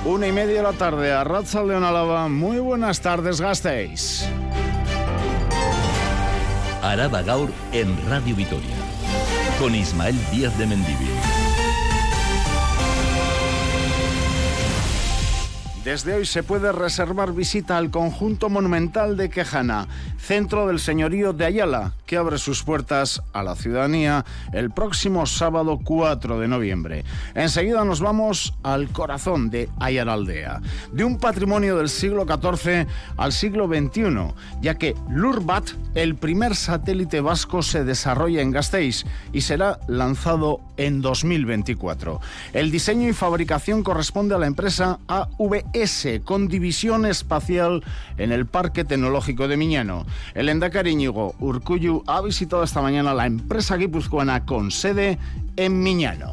1:30 de la tarde, Arratsaldeon Álava. Muy buenas tardes, Gasteiz. Araba Gaur en Radio Vitoria, con Ismael Díaz de Mendívil. Desde hoy se puede reservar visita al conjunto monumental de Quejana, centro del señorío de Ayala, que abre sus puertas a la ciudadanía el próximo sábado 4 de noviembre. Enseguida nos vamos al corazón de Ayaraldea, de un patrimonio del siglo XIV al siglo XXI, ya que Lurbat, el primer satélite vasco, se desarrolla en Gasteiz y será lanzado en 2024. El diseño y fabricación corresponde a la empresa AVS, con división espacial en el Parque Tecnológico de Miñano. El lehendakari Íñigo Urkullu ha visitado esta mañana la empresa guipuzcoana con sede en Miñano.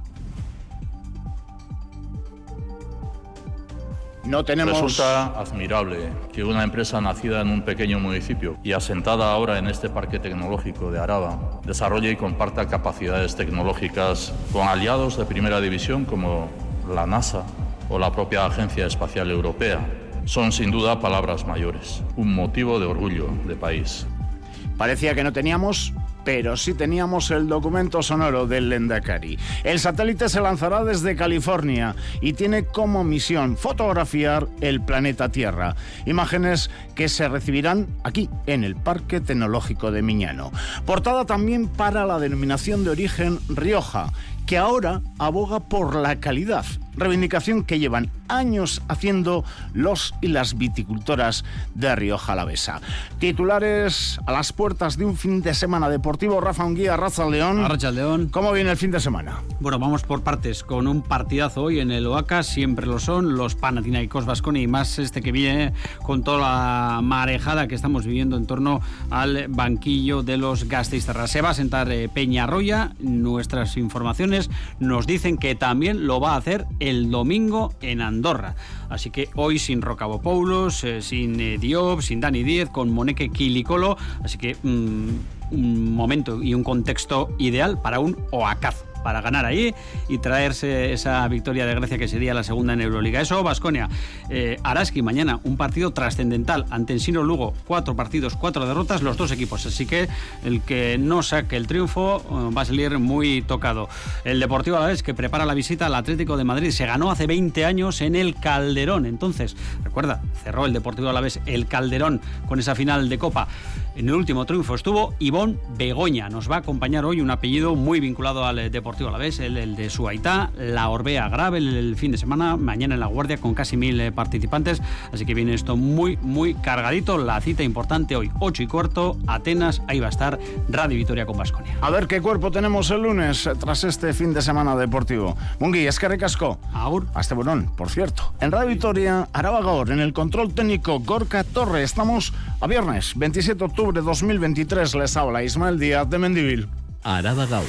Resulta admirable que una empresa nacida en un pequeño municipio y asentada ahora en este parque tecnológico de Araba desarrolle y comparta capacidades tecnológicas con aliados de primera división como la NASA o la propia Agencia Espacial Europea. Son sin duda palabras mayores, un motivo de orgullo de país. Parecía que no teníamos, pero sí teníamos el documento sonoro del lehendakari. El satélite se lanzará desde California y tiene como misión fotografiar el planeta Tierra. Imágenes que se recibirán aquí, en el Parque Tecnológico de Miñano. Portada también para la denominación de origen Rioja, que ahora aboga por la calidad, reivindicación que llevan años haciendo los y las viticultoras de Rioja Alavesa. Titulares a las puertas de un fin de semana deportivo. Rafa Unguía, Arratsaldeon. Arratsaldeon. ¿Cómo viene el fin de semana? Bueno, vamos por partes, con un partidazo hoy en el Oaca, siempre lo son, los Panathinaikos Baskonia, y más este que viene con toda la marejada que estamos viviendo en torno al banquillo de los gasteiztarras. Se va a sentar Peñarroya. Nuestras informaciones nos dicen que también lo va a hacer el domingo en Andorra. Así que hoy sin Rocabopoulos, sin Diop, sin Dani Díez, con Moneke Quilicolo. Así que un momento y un contexto ideal para un oacazo, para ganar ahí y traerse esa victoria de Grecia, que sería la segunda en Euroliga. Eso, Baskonia. Araski mañana, un partido trascendental ante Ensino Lugo. 4 partidos, 4 derrotas, los dos equipos. Así que el que no saque el triunfo va a salir muy tocado. El Deportivo Alavés, que prepara la visita al Atlético de Madrid. Se ganó hace 20 años en el Calderón. Entonces, recuerda, cerró el Deportivo Alavés el Calderón con esa final de Copa. En el último triunfo estuvo Ivón Begoña. Nos va a acompañar hoy un apellido muy vinculado al Deportivo Alavés, el de su aitá, la Orbea Gravel, el fin de semana, mañana en La Guardia, con casi 1000 participantes. Así que viene esto muy, muy cargadito. La cita importante hoy, 8:15, Atenas, ahí va a estar Radio Vitoria con Baskonia. A ver qué cuerpo tenemos el lunes tras este fin de semana deportivo. Mungi, eskerrik asko. Agur. Hasta Burón, por cierto. En Radio Vitoria, Araba Gaur, en el control técnico Gorka Torre. Estamos a viernes, 27 de octubre de 2023. Les habla Ismael Díaz de Mendívil. Araba Gaur.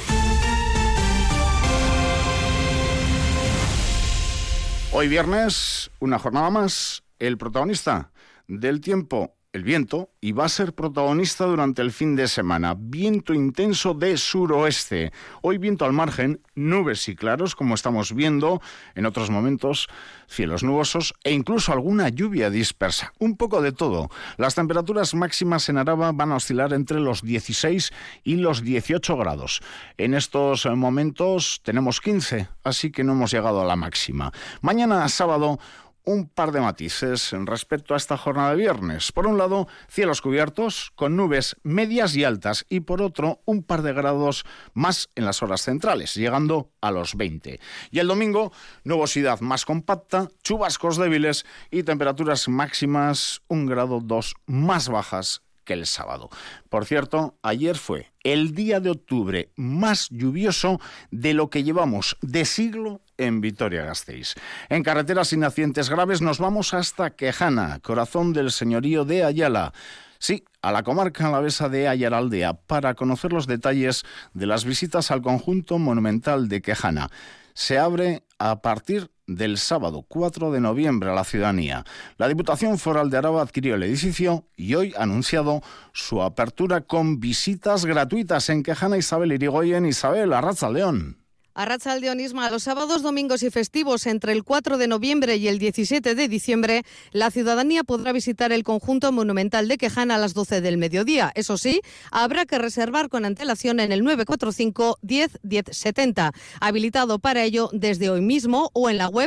Hoy viernes, una jornada más, el protagonista del tiempo, el viento, y va a ser protagonista durante el fin de semana. Viento intenso de suroeste. Hoy viento al margen, nubes y claros, como estamos viendo en otros momentos, cielos nubosos e incluso alguna lluvia dispersa. Un poco de todo. Las temperaturas máximas en Araba van a oscilar entre los 16 y los 18 grados. En estos momentos tenemos 15, así que no hemos llegado a la máxima. Mañana, sábado, un par de matices respecto a esta jornada de viernes. Por un lado, cielos cubiertos con nubes medias y altas, y por otro, un par de grados más en las horas centrales, llegando a los 20. Y el domingo, nubosidad más compacta, chubascos débiles y temperaturas máximas 1 grado 2 más bajas que el sábado. Por cierto, ayer fue el día de octubre más lluvioso de lo que llevamos de siglo en Vitoria-Gasteiz. En carreteras sin accidentes graves nos vamos hasta Quejana, corazón del señorío de Ayala. Sí, a la comarca alavesa de Ayaraldea, para conocer los detalles de las visitas al conjunto monumental de Quejana. Se abre a partir del sábado 4 de noviembre a la ciudadanía. La Diputación Foral de Araba adquirió el edificio y hoy ha anunciado su apertura con visitas gratuitas en Quejana. Isabel Irigoyen. Isabel, Arratsaldeon. Arratsaldeon, Isma. Los sábados, domingos y festivos entre el 4 de noviembre y el 17 de diciembre, la ciudadanía podrá visitar el conjunto monumental de Quejana a las 12 del mediodía. Eso sí, habrá que reservar con antelación en el 945 10 10 70, habilitado para ello desde hoy mismo o en la web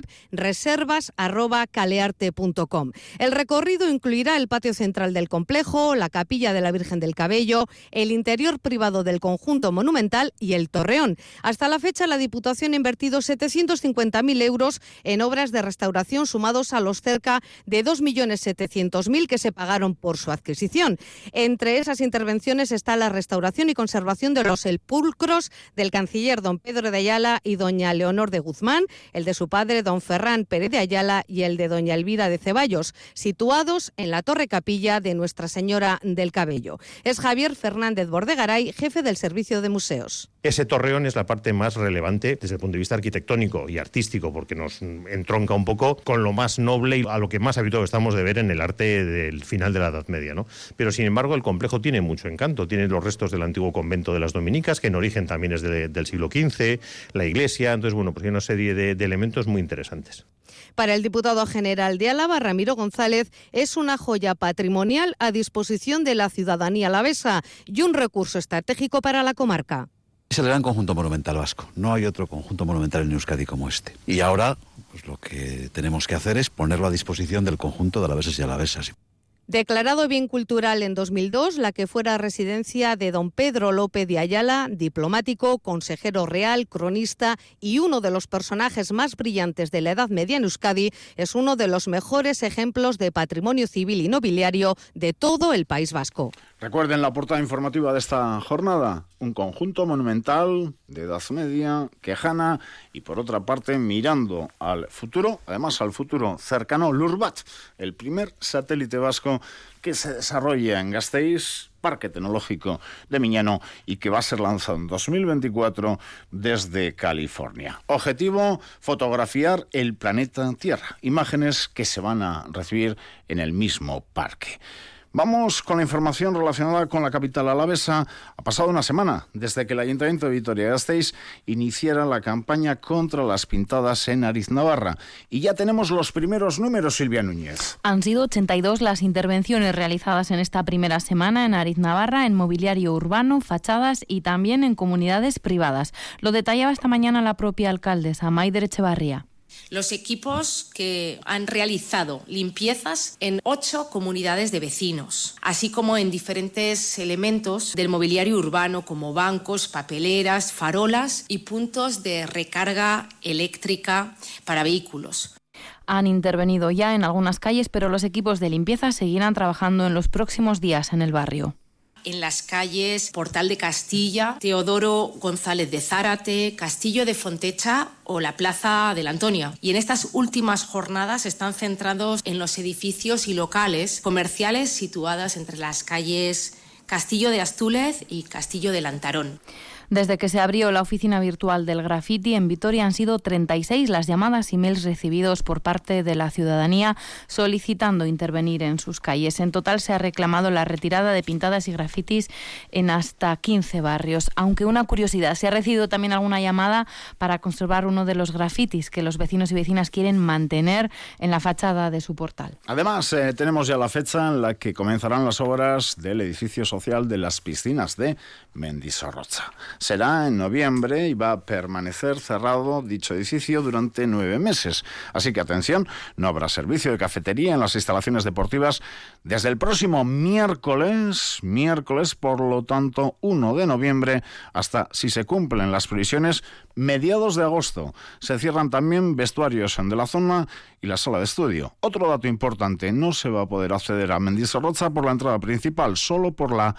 reservas@calearte.com. El recorrido incluirá el patio central del complejo, la capilla de la Virgen del Cabello, el interior privado del conjunto monumental y el torreón. Hasta la fecha, la Diputación ha invertido 750.000 euros en obras de restauración, sumados a los cerca de 2.700.000 que se pagaron por su adquisición. Entre esas intervenciones está la restauración y conservación de los sepulcros del canciller don Pedro de Ayala y doña Leonor de Guzmán, el de su padre don Ferran Pérez de Ayala y el de doña Elvira de Ceballos, situados en la torre capilla de Nuestra Señora del Cabello. Es Javier Fernández Bordegaray, jefe del Servicio de Museos. Ese torreón es la parte más relevante desde el punto de vista arquitectónico y artístico, porque nos entronca un poco con lo más noble y a lo que más habituado estamos de ver en el arte del final de la Edad Media, ¿no? Pero sin embargo el complejo tiene mucho encanto, tiene los restos del antiguo convento de las Dominicas, que en origen también es del siglo XV, la iglesia, entonces bueno, pues hay una serie de elementos muy interesantes. Para el diputado general de Álava, Ramiro González, es una joya patrimonial a disposición de la ciudadanía alavesa y un recurso estratégico para la comarca. Es el gran conjunto monumental vasco. No hay otro conjunto monumental en Euskadi como este. Y ahora, pues lo que tenemos que hacer es ponerlo a disposición del conjunto de alaveses y alavesas. Declarado bien cultural en 2002, la que fuera residencia de don Pedro López de Ayala, diplomático, consejero real, cronista y uno de los personajes más brillantes de la Edad Media en Euskadi, es uno de los mejores ejemplos de patrimonio civil y nobiliario de todo el País Vasco. Recuerden la portada informativa de esta jornada, un conjunto monumental de Edad Media, Quejana, y por otra parte mirando al futuro, además al futuro cercano, Lurbat, el primer satélite vasco que se desarrolla en Gasteiz, Parque Tecnológico de Miñano, y que va a ser lanzado en 2024 desde California. Objetivo, fotografiar el planeta Tierra, imágenes que se van a recibir en el mismo parque. Vamos con la información relacionada con la capital alavesa. Ha pasado una semana desde que el Ayuntamiento de Vitoria-Gasteiz iniciara la campaña contra las pintadas en Ariznabarra. Y ya tenemos los primeros números, Silvia Núñez. Han sido 82 las intervenciones realizadas en esta primera semana en Ariznabarra, en mobiliario urbano, fachadas y también en comunidades privadas. Lo detallaba esta mañana la propia alcaldesa, Maider Echevarría. Los equipos que han realizado limpiezas en 8 comunidades de vecinos, así como en diferentes elementos del mobiliario urbano como bancos, papeleras, farolas y puntos de recarga eléctrica para vehículos. Han intervenido ya en algunas calles, pero los equipos de limpieza seguirán trabajando en los próximos días en el barrio. En las calles Portal de Castilla, Teodoro González de Zárate, Castillo de Fontecha o la Plaza de la Antonia. Y en estas últimas jornadas están centrados en los edificios y locales comerciales situadas entre las calles Castillo de Astúlez y Castillo de Lantarón. Desde que se abrió la oficina virtual del graffiti en Vitoria han sido 36 las llamadas y mails recibidos por parte de la ciudadanía solicitando intervenir en sus calles. En total se ha reclamado la retirada de pintadas y grafitis en hasta 15 barrios. Aunque una curiosidad, se ha recibido también alguna llamada para conservar uno de los grafitis que los vecinos y vecinas quieren mantener en la fachada de su portal. Además, tenemos ya la fecha en la que comenzarán las obras del edificio social de las piscinas de Mendizorroza. Será en noviembre y va a permanecer cerrado dicho edificio durante 9 meses. Así que atención, no habrá servicio de cafetería en las instalaciones deportivas desde el próximo miércoles, por lo tanto 1 de noviembre, hasta, si se cumplen las previsiones, mediados de agosto. Se cierran también vestuarios en de la zona y la sala de estudio. Otro dato importante, no se va a poder acceder a Mendizorroza por la entrada principal, solo por la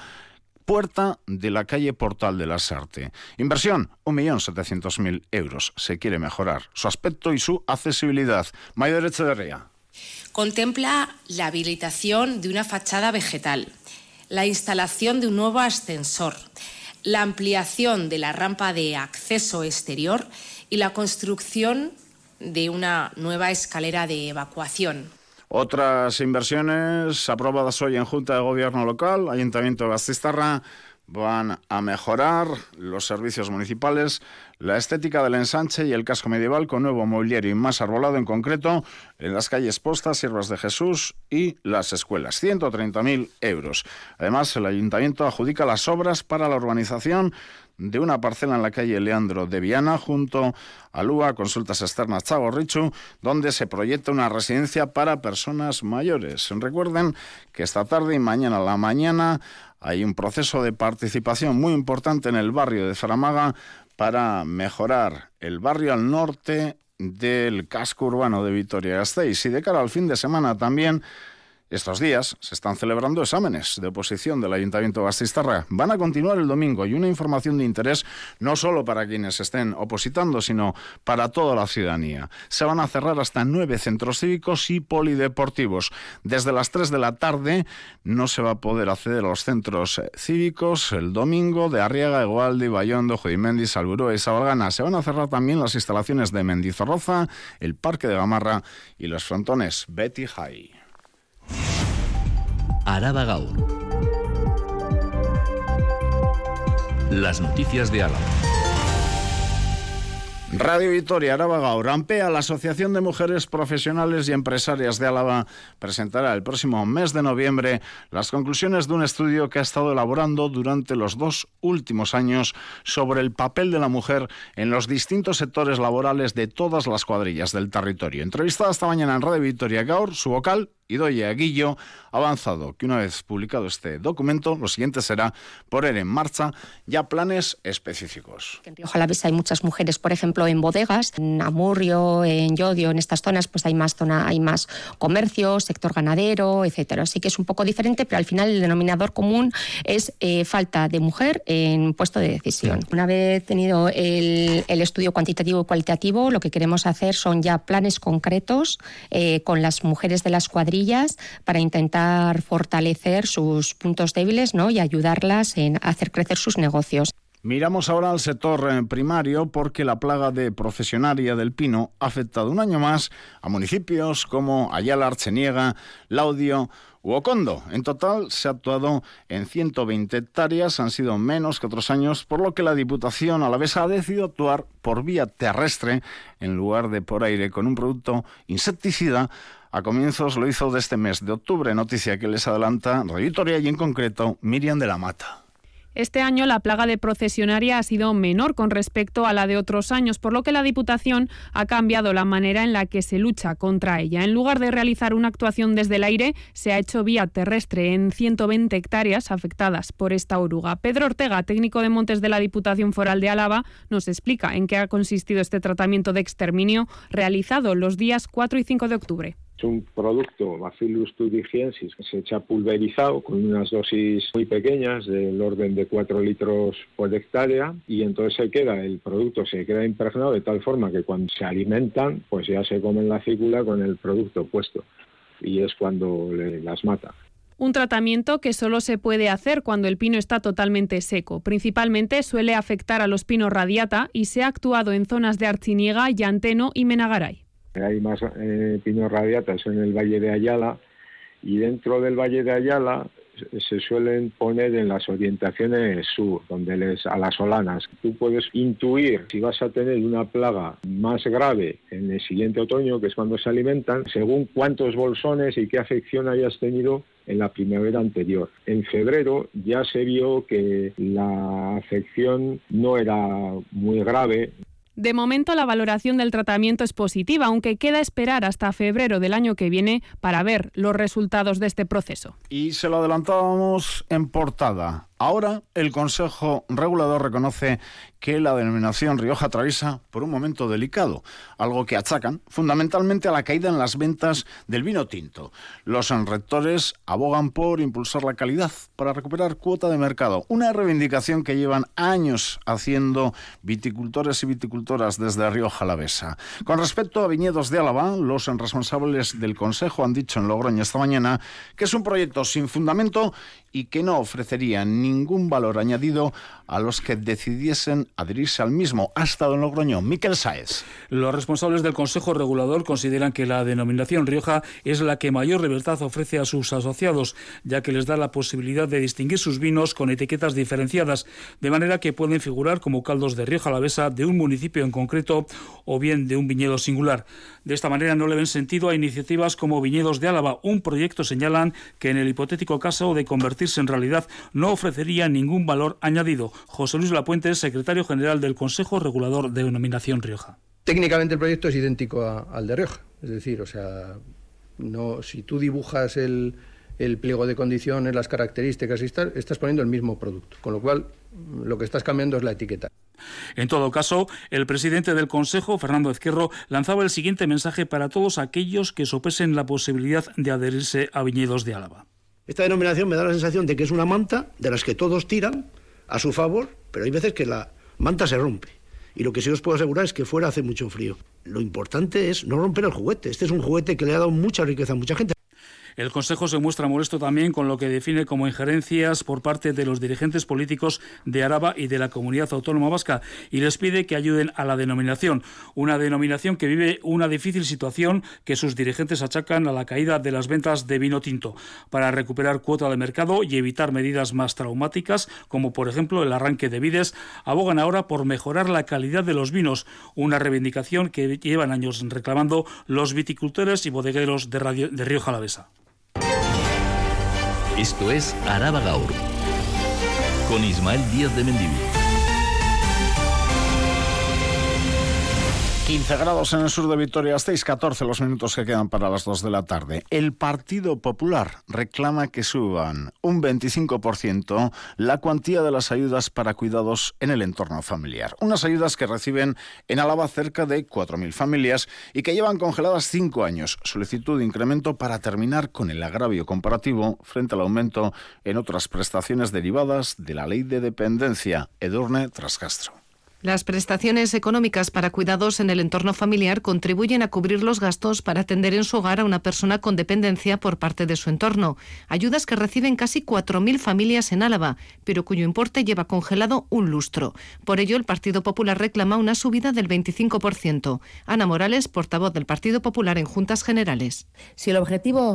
puerta de la calle Portal de la Sarte. Inversión, 1.700.000 euros. Se quiere mejorar su aspecto y su accesibilidad. Maider Echevarría. Contempla la habilitación de una fachada vegetal, la instalación de un nuevo ascensor, la ampliación de la rampa de acceso exterior y la construcción de una nueva escalera de evacuación. Otras inversiones aprobadas hoy en Junta de Gobierno Local, Ayuntamiento de Gasteiztarra, van a mejorar los servicios municipales, la estética del ensanche y el casco medieval con nuevo mobiliario y más arbolado, en concreto en las calles Postas, Siervas de Jesús y las escuelas. 130.000 euros. Además, el ayuntamiento adjudica las obras para la urbanización de una parcela en la calle Leandro de Viana, junto a Lúa, Consultas Externas Txagorritxu, donde se proyecta una residencia para personas mayores. Recuerden que esta tarde y mañana a la mañana hay un proceso de participación muy importante en el barrio de Zaramaga para mejorar el barrio al norte del casco urbano de Vitoria-Gasteiz. Y de cara al fin de semana también, estos días se están celebrando exámenes de oposición del Ayuntamiento gasteiztarra. Van a continuar el domingo y una información de interés no solo para quienes estén opositando, sino para toda la ciudadanía. Se van a cerrar hasta 9 centros cívicos y polideportivos. Desde las 3 de la tarde no se va a poder acceder a los centros cívicos el domingo de Arriaga, Egualdi, Baiondo, Judimendi, Salburua y Sabalgana. Se van a cerrar también las instalaciones de Mendizorroza, el Parque de Gamarra y los frontones Betty High. Araba Gaur. Las noticias de Álava. Radio Vitoria, Araba Gaur. AMPEA, la Asociación de Mujeres Profesionales y Empresarias de Álava, presentará el próximo mes de noviembre las conclusiones de un estudio que ha estado elaborando durante los 2 últimos años sobre el papel de la mujer en los distintos sectores laborales de todas las cuadrillas del territorio. Entrevistada esta mañana en Radio Vitoria Gaur, su vocal, Idoia Aguillo, ha avanzado que una vez publicado este documento, lo siguiente será poner en marcha ya planes específicos. En Rioja Alavesa hay muchas mujeres, por ejemplo, en bodegas, en Amurrio, en Llodio, en estas zonas, pues hay más comercio, sector ganadero, etcétera. Así que es un poco diferente, pero al final el denominador común es falta de mujer en puesto de decisión. Una vez tenido el estudio cuantitativo y cualitativo, lo que queremos hacer son ya planes concretos con las mujeres de las cuadrillas para intentar fortalecer sus puntos débiles, ¿no? Y ayudarlas en hacer crecer sus negocios. Miramos ahora al sector primario porque la plaga de Procesionaria del Pino ha afectado un año más a municipios como Ayala, Archeniega, Laudio u Ocondo. En total se ha actuado en 120 hectáreas, han sido menos que otros años, por lo que la Diputación alavesa ha decidido actuar por vía terrestre en lugar de por aire con un producto insecticida. A comienzos lo hizo de este mes de octubre, noticia que les adelanta Radio Vitoria y en concreto Miriam de la Mata. Este año la plaga de Procesionaria ha sido menor con respecto a la de otros años, por lo que la Diputación ha cambiado la manera en la que se lucha contra ella. En lugar de realizar una actuación desde el aire, se ha hecho vía terrestre en 120 hectáreas afectadas por esta oruga. Pedro Ortega, técnico de montes de la Diputación Foral de Álava, nos explica en qué ha consistido este tratamiento de exterminio realizado los días 4 y 5 de octubre. Es un producto, Bacillus thuringiensis, que se echa pulverizado con unas dosis muy pequeñas del orden de 4 litros por hectárea y entonces el producto se queda impregnado de tal forma que cuando se alimentan pues ya se comen la cícula con el producto puesto y es cuando las mata. Un tratamiento que solo se puede hacer cuando el pino está totalmente seco. Principalmente suele afectar a los pinos radiata y se ha actuado en zonas de Archiniega, Llanteno y Menagaray. Hay más pinos radiatas en el Valle de Ayala y dentro del Valle de Ayala se suelen poner en las orientaciones sur, donde a las solanas. Tú puedes intuir si vas a tener una plaga más grave en el siguiente otoño, que es cuando se alimentan, según cuántos bolsones y qué afección hayas tenido en la primavera anterior. En febrero ya se vio que la afección no era muy grave. De momento, la valoración del tratamiento es positiva, aunque queda esperar hasta febrero del año que viene para ver los resultados de este proceso. Y se lo adelantábamos en portada. Ahora el Consejo Regulador reconoce que la denominación Rioja atraviesa por un momento delicado, algo que achacan fundamentalmente a la caída en las ventas del vino tinto. Los rectores abogan por impulsar la calidad para recuperar cuota de mercado, una reivindicación que llevan años haciendo viticultores y viticultoras desde Rioja Alavesa. Con respecto a viñedos de Álava, los responsables del Consejo han dicho en Logroño esta mañana que es un proyecto sin fundamento y que no ofrecería ni ningún valor añadido a los que decidiesen adherirse al mismo. Ha estado en Logroño Miquel Sáez. Los responsables del Consejo Regulador consideran que la denominación Rioja es la que mayor libertad ofrece a sus asociados, ya que les da la posibilidad de distinguir sus vinos con etiquetas diferenciadas, de manera que pueden figurar como caldos de Rioja Alavesa de un municipio en concreto o bien de un viñedo singular. De esta manera no le ven sentido a iniciativas como Viñedos de Álava, un proyecto, señalan, que en el hipotético caso de convertirse en realidad no ofrecería ningún valor añadido. José Luis Lapuente, secretario general del Consejo Regulador de Denominación Rioja. Técnicamente el proyecto es idéntico al de Rioja, es decir, no, si tú dibujas el pliego de condiciones, las características, estás poniendo el mismo producto, con lo cual lo que estás cambiando es la etiqueta. En todo caso, el presidente del Consejo, Fernando Ezquerro, lanzaba el siguiente mensaje para todos aquellos que sopesen la posibilidad de adherirse a Viñedos de Álava. Esta denominación me da la sensación de que es una manta de las que todos tiran a su favor, pero hay veces que la manta se rompe. Y lo que sí os puedo asegurar es que fuera hace mucho frío. Lo importante es no romper el juguete. Este es un juguete que le ha dado mucha riqueza a mucha gente. El Consejo se muestra molesto también con lo que define como injerencias por parte de los dirigentes políticos de Araba y de la Comunidad Autónoma Vasca y les pide que ayuden a la denominación, una denominación que vive una difícil situación que sus dirigentes achacan a la caída de las ventas de vino tinto. Para recuperar cuota de mercado y evitar medidas más traumáticas, como por ejemplo el arranque de vides, abogan ahora por mejorar la calidad de los vinos, una reivindicación que llevan años reclamando los viticultores y bodegueros de Rioja Alavesa. Esto es Araba Gaur, con Ismael Díaz de Mendivil. 15 grados en el sur de Vitoria-Gasteiz, 14 los minutos que quedan para las 2 de la tarde. El Partido Popular reclama que suban un 25% la cuantía de las ayudas para cuidados en el entorno familiar. Unas ayudas que reciben en Álava cerca de 4.000 familias y que llevan congeladas 5 años. Solicitud de incremento para terminar con el agravio comparativo frente al aumento en otras prestaciones derivadas de la ley de dependencia. Edurne Trascastro. Las prestaciones económicas para cuidados en el entorno familiar contribuyen a cubrir los gastos para atender en su hogar a una persona con dependencia por parte de su entorno. Ayudas que reciben casi 4.000 familias en Álava, pero cuyo importe lleva congelado un lustro. Por ello, el Partido Popular reclama una subida del 25%. Ana Morales, portavoz del Partido Popular en Juntas Generales. Si uno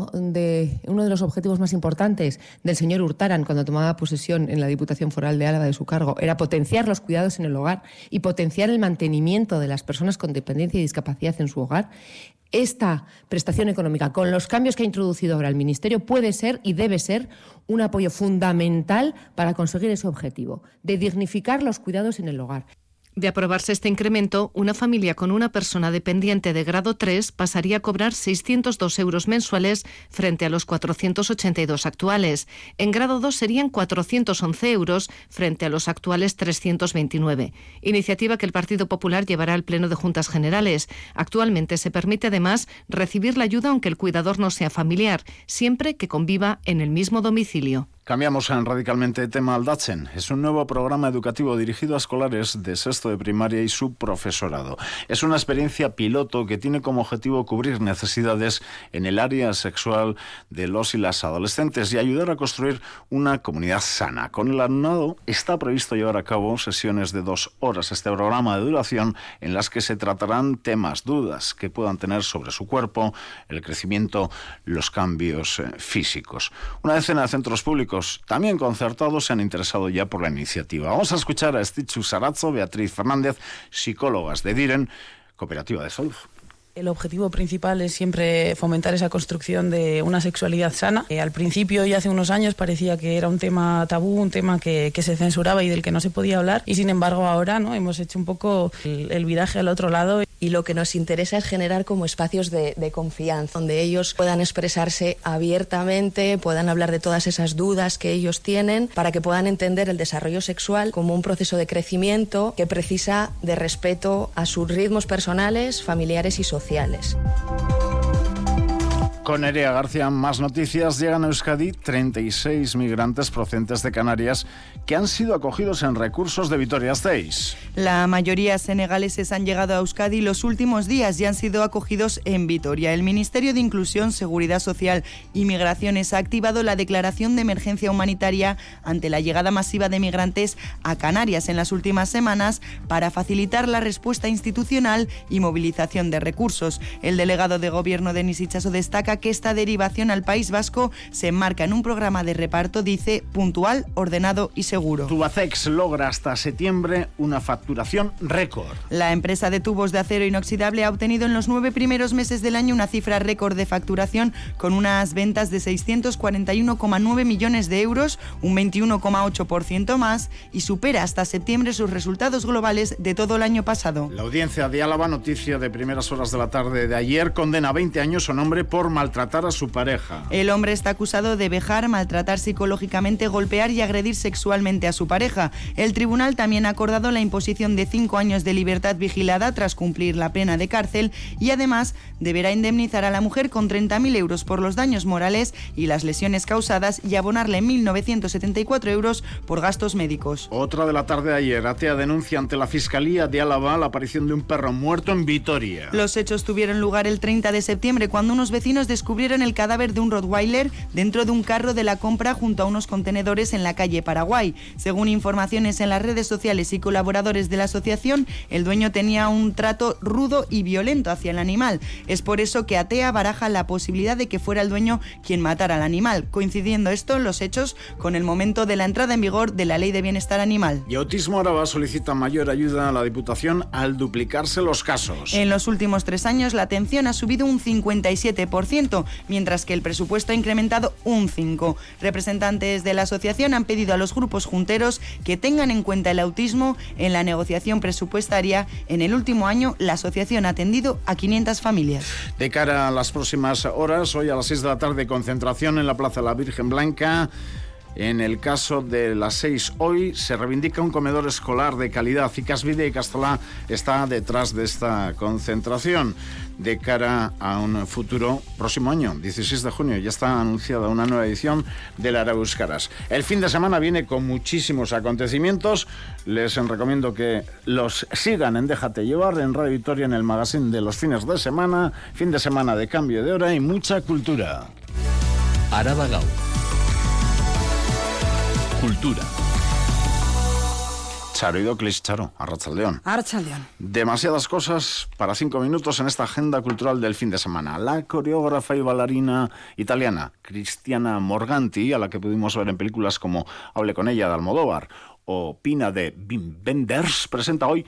de los objetivos más importantes del señor Hurtaran cuando tomaba posesión en la Diputación Foral de Álava de su cargo era potenciar los cuidados en el hogar y potenciar el mantenimiento de las personas con dependencia y discapacidad en su hogar, esta prestación económica, con los cambios que ha introducido ahora el Ministerio, puede ser y debe ser un apoyo fundamental para conseguir ese objetivo, de dignificar los cuidados en el hogar. De aprobarse este incremento, una familia con una persona dependiente de grado 3 pasaría a cobrar 602 euros mensuales frente a los 482 actuales. En grado 2 serían 411 euros frente a los actuales 329. Iniciativa que el Partido Popular llevará al Pleno de Juntas Generales. Actualmente se permite además recibir la ayuda aunque el cuidador no sea familiar, siempre que conviva en el mismo domicilio. Cambiamos radicalmente de tema al Aldatzen. Es un nuevo programa educativo dirigido a escolares de sexto de primaria y su profesorado. Es una experiencia piloto que tiene como objetivo cubrir necesidades en el área sexual de los y las adolescentes y ayudar a construir una comunidad sana. Con el alumnado está previsto llevar a cabo sesiones de 2 horas. Este programa de duración en las que se tratarán temas, dudas que puedan tener sobre su cuerpo, el crecimiento, los cambios físicos. Una decena de centros públicos también concertados se han interesado ya por la iniciativa. Vamos a escuchar a Estitxu Saratzo, Beatriz Fernández, psicólogas de Diren, Cooperativa de Salud. El objetivo principal es siempre fomentar esa construcción de una sexualidad sana. Al principio y hace unos años parecía que era un tema tabú, un tema que se censuraba y del que no se podía hablar. Y sin embargo ahora hemos hecho un poco el viraje al otro lado. Y lo que nos interesa es generar como espacios de confianza, donde ellos puedan expresarse abiertamente, puedan hablar de todas esas dudas que ellos tienen, para que puedan entender el desarrollo sexual como un proceso de crecimiento que precisa de respeto a sus ritmos personales, familiares y sociales. Con Nerea García, más noticias. Llegan a Euskadi 36 migrantes procedentes de Canarias que han sido acogidos en recursos de Vitoria-Gasteiz. La mayoría senegaleses han llegado a Euskadi los últimos días y han sido acogidos en Vitoria. El Ministerio de Inclusión, Seguridad Social y Migraciones ha activado la declaración de emergencia humanitaria ante la llegada masiva de migrantes a Canarias en las últimas semanas para facilitar la respuesta institucional y movilización de recursos. El delegado de Gobierno, Denis Itxaso, destaca que esta derivación al País Vasco se enmarca en un programa de reparto, dice, puntual, ordenado y seguro. Tubacex logra hasta septiembre una facturación récord. La empresa de tubos de acero inoxidable ha obtenido en los 9 primeros meses del año una cifra récord de facturación con unas ventas de 641,9 millones de euros, un 21,8% más, y supera hasta septiembre sus resultados globales de todo el año pasado. La audiencia de Álava, noticia de primeras horas de la tarde de ayer, condena a 20 años a un hombre por maltratar a su pareja. El hombre está acusado de vejar, maltratar psicológicamente, golpear y agredir sexualmente a su pareja. El tribunal también ha acordado la imposición de 5 años de libertad vigilada tras cumplir la pena de cárcel y además deberá indemnizar a la mujer con 30.000 euros por los daños morales y las lesiones causadas y abonarle 1.974 euros por gastos médicos. Otra de la tarde de ayer, Atea denuncia ante la Fiscalía de Álava la aparición de un perro muerto en Vitoria. Los hechos tuvieron lugar el 30 de septiembre cuando unos vecinos descubrieron el cadáver de un rottweiler dentro de un carro de la compra junto a unos contenedores en la calle Paraguay. Según informaciones en las redes sociales y colaboradores de la asociación, el dueño tenía un trato rudo y violento hacia el animal. Es por eso que Atea baraja la posibilidad de que fuera el dueño quien matara al animal, coincidiendo esto en los hechos con el momento de la entrada en vigor de la Ley de Bienestar Animal. Y Autismo Araba solicita mayor ayuda a la Diputación al duplicarse los casos. En los últimos 3 años la atención ha subido un 57%, mientras que el presupuesto ha incrementado un 5%. Representantes de la asociación han pedido a los grupos junteros que tengan en cuenta el autismo en la negociación presupuestaria. En el último año, la asociación ha atendido a 500 familias. De cara a las próximas horas, hoy a las 6 de la tarde, concentración en la Plaza de la Virgen Blanca. En el caso de las 6 hoy se reivindica un comedor escolar de calidad y Casvide y Castolá está detrás de esta concentración. De cara a un futuro próximo año, 16 de junio, ya está anunciada una nueva edición de la Euskaraz. El fin de semana viene con muchísimos acontecimientos. Les recomiendo que los sigan en Déjate Llevar, en Radio Vitoria, en el magazine de los fines de semana. Fin de semana de cambio de hora y mucha cultura. Araba Gaur. Cultura. Charo Idoklis, Charo, Arratsaldeon. Arratsaldeon. Demasiadas cosas para 5 minutos en esta agenda cultural del fin de semana. La coreógrafa y bailarina italiana Cristiana Morganti, a la que pudimos ver en películas como Hable con ella de Almodóvar o Pina de Wim Wenders, presenta hoy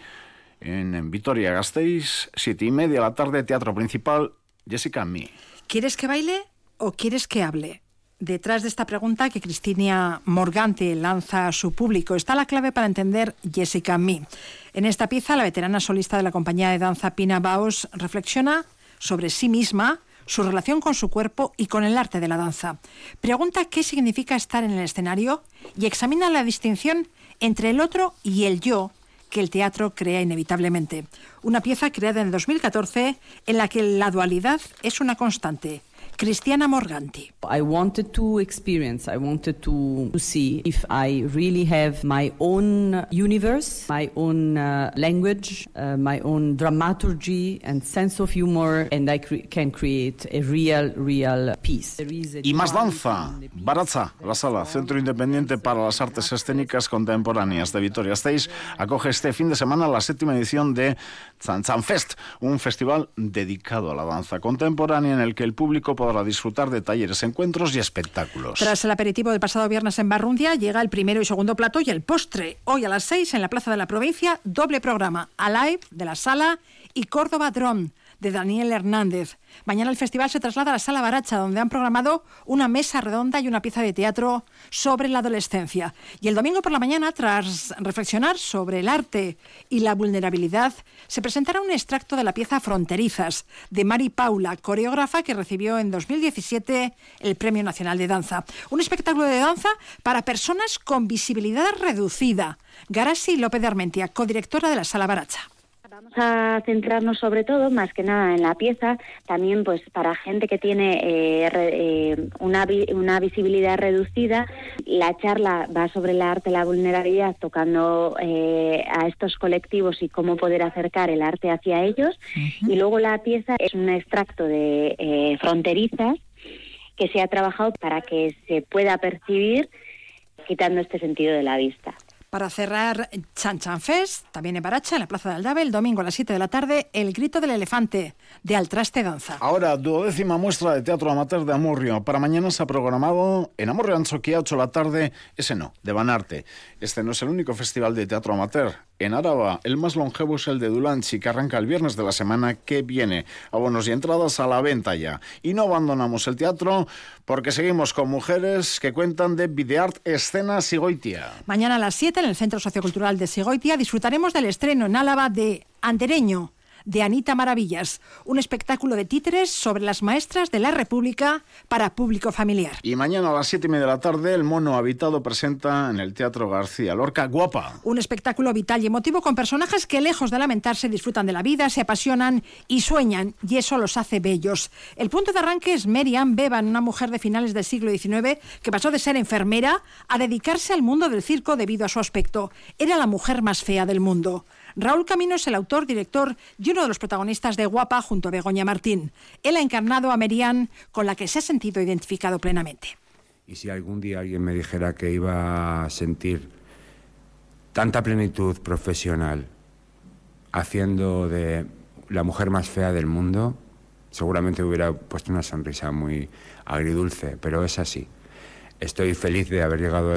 en Vitoria-Gasteiz, 7:30 de la tarde, Teatro Principal, Jessica and Me. ¿Quieres que baile o quieres que hable? Detrás de esta pregunta que Cristiana Morganti lanza a su público está la clave para entender Jessica and Me. En esta pieza, la veterana solista de la compañía de danza Pina Bausch reflexiona sobre sí misma, su relación con su cuerpo y con el arte de la danza. Pregunta qué significa estar en el escenario y examina la distinción entre el otro y el yo que el teatro crea inevitablemente. Una pieza creada en 2014 en la que la dualidad es una constante. Cristiana Morganti. I wanted to experience, I wanted to see if I really have my own universe, my own language, my own dramaturgy and sense of humor, and I can create a real piece. Y más danza. Baratza, la sala Centro Independiente para las Artes Escénicas Contemporáneas de Vitoria-Gasteiz, acoge este fin de semana la 7ª edición de Zantzanfest, un festival dedicado a la danza contemporánea en el que el público podrá disfrutar de talleres, encuentros y espectáculos. Tras el aperitivo del pasado viernes en Barrundia, llega el primero y segundo plato y el postre. Hoy a las 6 en la Plaza de la Provincia, doble programa, Alive de la Sala y Córdoba Drum de Daniel Hernández. Mañana el festival se traslada a la Sala Baracha, donde han programado una mesa redonda y una pieza de teatro sobre la adolescencia. Y el domingo por la mañana, tras reflexionar sobre el arte y la vulnerabilidad, se presentará un extracto de la pieza Fronterizas, de Mari Paula, coreógrafa que recibió en 2017 el Premio Nacional de Danza. Un espectáculo de danza para personas con visibilidad reducida. Garasi López de Armentia, codirectora de la Sala Baracha. Vamos a centrarnos sobre todo, más que nada, en la pieza, también pues para gente que tiene una visibilidad reducida. La charla va sobre el arte, la vulnerabilidad, tocando a estos colectivos y cómo poder acercar el arte hacia ellos. Uh-huh. Y luego la pieza es un extracto de Fronterizas, que se ha trabajado para que se pueda percibir quitando este sentido de la vista. Para cerrar Chan Chan Fest, también en Baracha, en la Plaza de Aldave, el domingo a las 7 de la tarde, El grito del elefante, de Al traste danza. Ahora, 12ª muestra de teatro amateur de Amurrio. Para mañana se ha programado en Amurrio Antzoquia, 8 de la tarde, ese no, de Banarte. Este no es el único festival de teatro amateur. En Áraba, el más longevo es el de Dulanchi, que arranca el viernes de la semana que viene. Abonos y entradas a la venta ya. Y no abandonamos el teatro porque seguimos con mujeres que cuentan de Videart Escena Sigoitia. Mañana a las 7 en el Centro Sociocultural de Sigoitia disfrutaremos del estreno en Álava de Andereño, de Anita Maravillas, un espectáculo de títeres sobre las maestras de la República para público familiar. Y mañana a las 7:30 de la tarde, El mono habitado presenta en el Teatro García Lorca Guapa. Un espectáculo vital y emotivo con personajes que, lejos de lamentarse, disfrutan de la vida, se apasionan y sueñan, y eso los hace bellos. El punto de arranque es Mary Ann Bevan, una mujer de finales del siglo XIX que pasó de ser enfermera a dedicarse al mundo del circo debido a su aspecto. Era la mujer más fea del mundo. Raúl Camino es el autor, director y uno de los protagonistas de Guapa junto a Begoña Martín. Él ha encarnado a Mary Ann, con la que se ha sentido identificado plenamente. Y si algún día alguien me dijera que iba a sentir tanta plenitud profesional haciendo de la mujer más fea del mundo, seguramente hubiera puesto una sonrisa muy agridulce, pero es así. Estoy feliz de haber llegado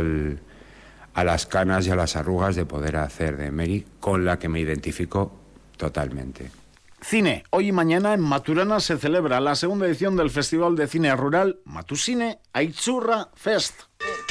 a las canas y a las arrugas de poder hacer de Mary, con la que me identifico totalmente. Cine. Hoy y mañana en Maturana se celebra la segunda edición del Festival de Cine Rural Matusine Aitzurra Fest.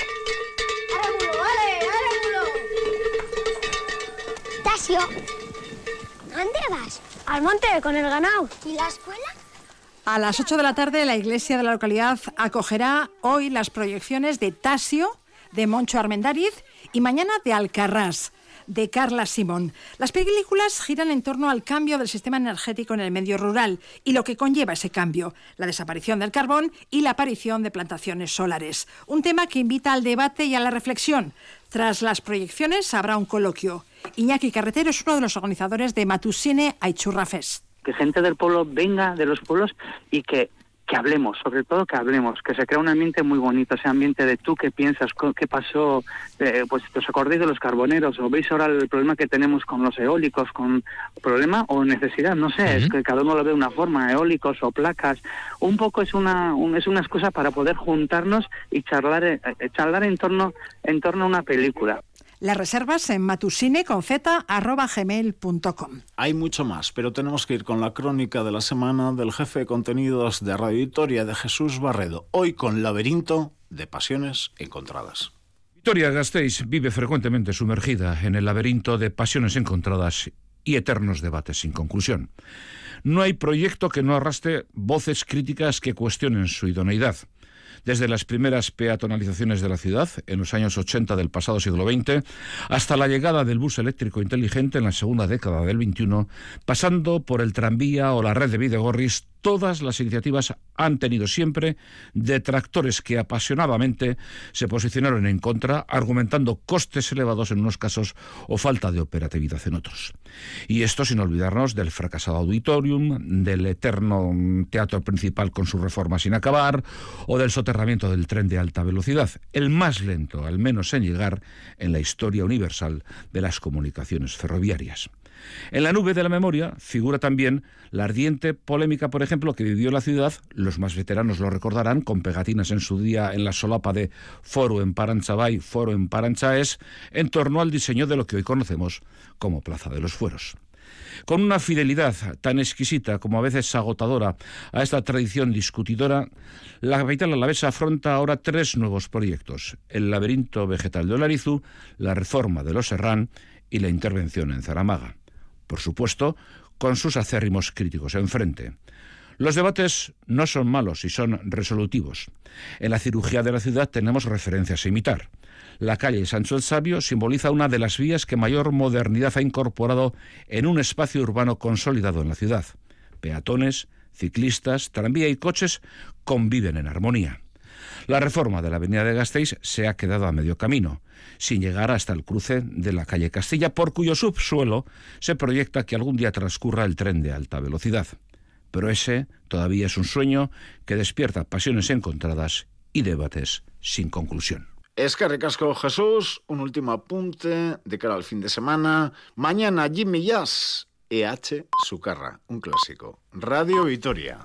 Tasio, ¿dónde vas? Al monte con el ganado. ¿Y la escuela? A las 8 de la tarde la iglesia de la localidad acogerá hoy las proyecciones de Tasio, de Moncho Armendáriz, y mañana de Alcarrás, de Carla Simón. Las películas giran en torno al cambio del sistema energético en el medio rural y lo que conlleva ese cambio, la desaparición del carbón y la aparición de plantaciones solares. Un tema que invita al debate y a la reflexión. Tras las proyecciones habrá un coloquio. Iñaki Carretero es uno de los organizadores de Matusine Aitzurra Fest. Que gente del pueblo venga de los pueblos y que hablemos, sobre todo que hablemos, que se crea un ambiente muy bonito, ese ambiente de tú qué piensas, qué pasó, pues os acordáis de los carboneros, o veis ahora el problema que tenemos con los eólicos, con problema o necesidad, no sé, es que cada uno lo ve de una forma, eólicos o placas, un poco es una excusa para poder juntarnos y charlar en torno a una película. Las reservas en matusine@gmail.com. Hay mucho más, pero tenemos que ir con la crónica de la semana del jefe de contenidos de Radio Vitoria, de Jesús Barredo. Hoy con Laberinto de Pasiones Encontradas. Vitoria-Gasteiz vive frecuentemente sumergida en el laberinto de pasiones encontradas y eternos debates sin conclusión. No hay proyecto que no arrastre voces críticas que cuestionen su idoneidad. Desde las primeras peatonalizaciones de la ciudad, en los años 80 del pasado siglo XX, hasta la llegada del bus eléctrico inteligente en la segunda década del XXI, pasando por el tranvía o la red de Bidegorris, todas las iniciativas han tenido siempre detractores que apasionadamente se posicionaron en contra, argumentando costes elevados en unos casos o falta de operatividad en otros. Y esto sin olvidarnos del fracasado auditorium, del eterno teatro principal con su reforma sin acabar, o del soterramiento del tren de alta velocidad, el más lento, al menos en llegar, en la historia universal de las comunicaciones ferroviarias. En la nube de la memoria figura también la ardiente polémica, por ejemplo, que vivió la ciudad, los más veteranos lo recordarán, con pegatinas en su día en la solapa de Foro en Parantzabay, Foro en Parantzaes, en torno al diseño de lo que hoy conocemos como Plaza de los Fueros. Con una fidelidad tan exquisita como a veces agotadora a esta tradición discutidora, la capital alavesa afronta ahora 3 nuevos proyectos: el laberinto vegetal de Olarizu, la reforma de Los Herrán y la intervención en Zaramaga. Por supuesto, con sus acérrimos críticos enfrente. Los debates no son malos y son resolutivos. En la cirugía de la ciudad tenemos referencias a imitar. La calle Sancho el Sabio simboliza una de las vías que mayor modernidad ha incorporado en un espacio urbano consolidado en la ciudad. Peatones, ciclistas, tranvía y coches conviven en armonía. La reforma de la avenida de Gasteiz se ha quedado a medio camino, sin llegar hasta el cruce de la calle Castilla, por cuyo subsuelo se proyecta que algún día transcurra el tren de alta velocidad. Pero ese todavía es un sueño que despierta pasiones encontradas y debates sin conclusión. Eskerrik asko, Jesús. Un último apunte de cara al fin de semana. Mañana Jimmy Jazz, EH Sucarra, un clásico. Radio Vitoria.